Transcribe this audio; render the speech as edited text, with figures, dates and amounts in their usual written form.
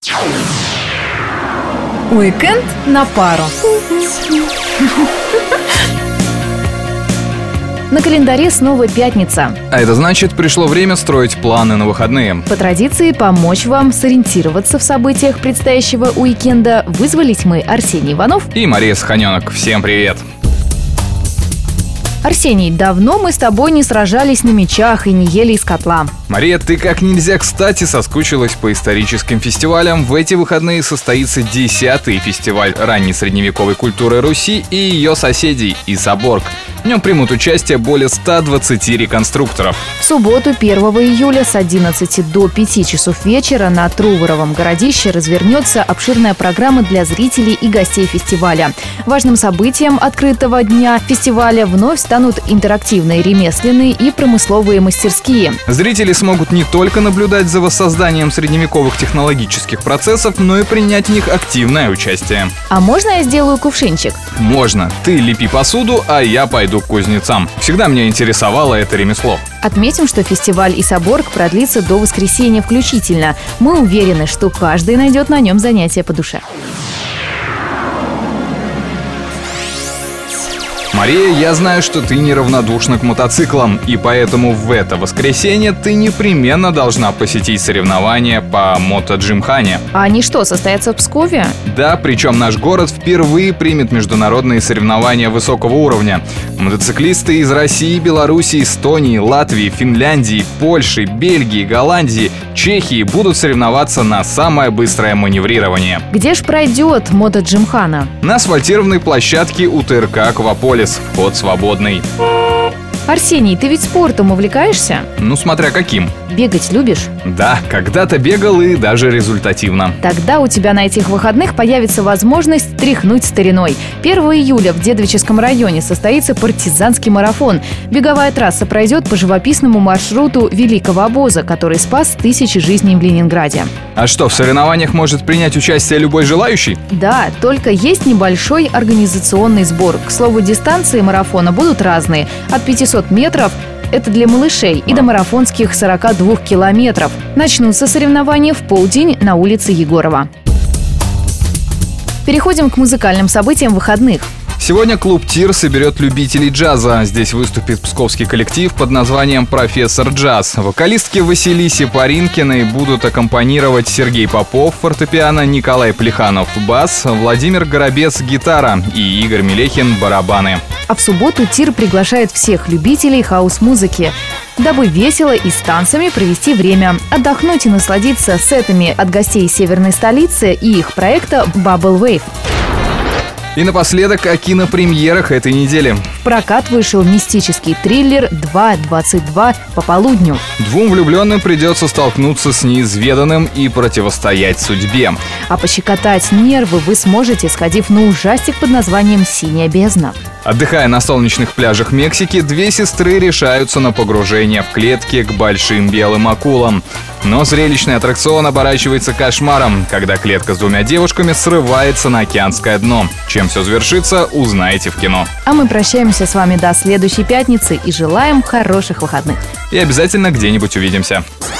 Уикенд на пару. На календаре снова пятница. А это значит, пришло время строить планы на выходные. По традиции, помочь вам сориентироваться в событиях предстоящего уикенда вызвались мы, Арсений Иванов и Мария Саханенок. Всем привет! Арсений, давно мы с тобой не сражались на мечах и не ели из котла. Мария, ты как нельзя кстати соскучилась по историческим фестивалям. В эти выходные состоится 10-й фестиваль ранней средневековой культуры Руси и ее соседей – Исаборг. В нем примут участие более 120 реконструкторов. В субботу, 1 июля с 11 до 5 часов вечера на Труворовом городище развернется обширная программа для зрителей и гостей фестиваля. Важным событием открытого дня фестиваля вновь станут интерактивные ремесленные и промысловые мастерские. Зрители смогут не только наблюдать за воссозданием средневековых технологических процессов, но и принять в них активное участие. А можно я сделаю кувшинчик? Можно. Ты лепи посуду, а я пойду к кузнецам. Всегда меня интересовало это ремесло. Отметим, что фестиваль Исаборг продлится до воскресенья включительно. Мы уверены, что каждый найдет на нем занятие по душе. Мария, я знаю, что ты неравнодушна к мотоциклам, и поэтому в это воскресенье ты непременно должна посетить соревнования по мотоджимхане. А они что, состоятся в Пскове? Да, причем наш город впервые примет международные соревнования высокого уровня. Мотоциклисты из России, Беларуси, Эстонии, Латвии, Финляндии, Польши, Бельгии, Голландии, Чехии будут соревноваться на самое быстрое маневрирование. Где ж пройдет мотоджимхана? На асфальтированной площадке УТРК «Акваполис». Вход свободный. Арсений, ты ведь спортом увлекаешься? Ну, смотря каким. Бегать любишь? Да, когда-то бегал и даже результативно. Тогда у тебя на этих выходных появится возможность тряхнуть стариной. 1 июля в Дедовическом районе состоится партизанский марафон. Беговая трасса пройдет по живописному маршруту Великого обоза, который спас тысячи жизней в Ленинграде. А что, в соревнованиях может принять участие любой желающий? Да, только есть небольшой организационный сбор. К слову, дистанции марафона будут разные. От 500 метров – это для малышей, и до марафонских 42 километров. Начнутся соревнования в полдень на улице Егорова. Переходим к музыкальным событиям выходных. Сегодня клуб «Тир» соберет любителей джаза. Здесь выступит псковский коллектив под названием «Профессор Джаз». Вокалистки Василисе Паринкиной будут аккомпанировать Сергей Попов, фортепиано, Николай Плеханов, бас, Владимир Горобец, гитара и Игорь Мелехин, барабаны. А в субботу «Тир» приглашает всех любителей хаус-музыки, дабы весело и с танцами провести время, отдохнуть и насладиться сетами от гостей северной столицы и их проекта Bubble Wave. И напоследок о кинопремьерах этой недели. В прокат вышел мистический триллер «2.22 по полудню». Двум влюбленным придется столкнуться с неизведанным и противостоять судьбе. А пощекотать нервы вы сможете, сходив на ужастик под названием «Синяя бездна». Отдыхая на солнечных пляжах Мексики, две сестры решаются на погружение в клетки к большим белым акулам. Но зрелищный аттракцион оборачивается кошмаром, когда клетка с двумя девушками срывается на океанское дно. Чем все завершится, узнаете в кино. А мы прощаемся с вами до следующей пятницы и желаем хороших выходных. И обязательно где-нибудь увидимся.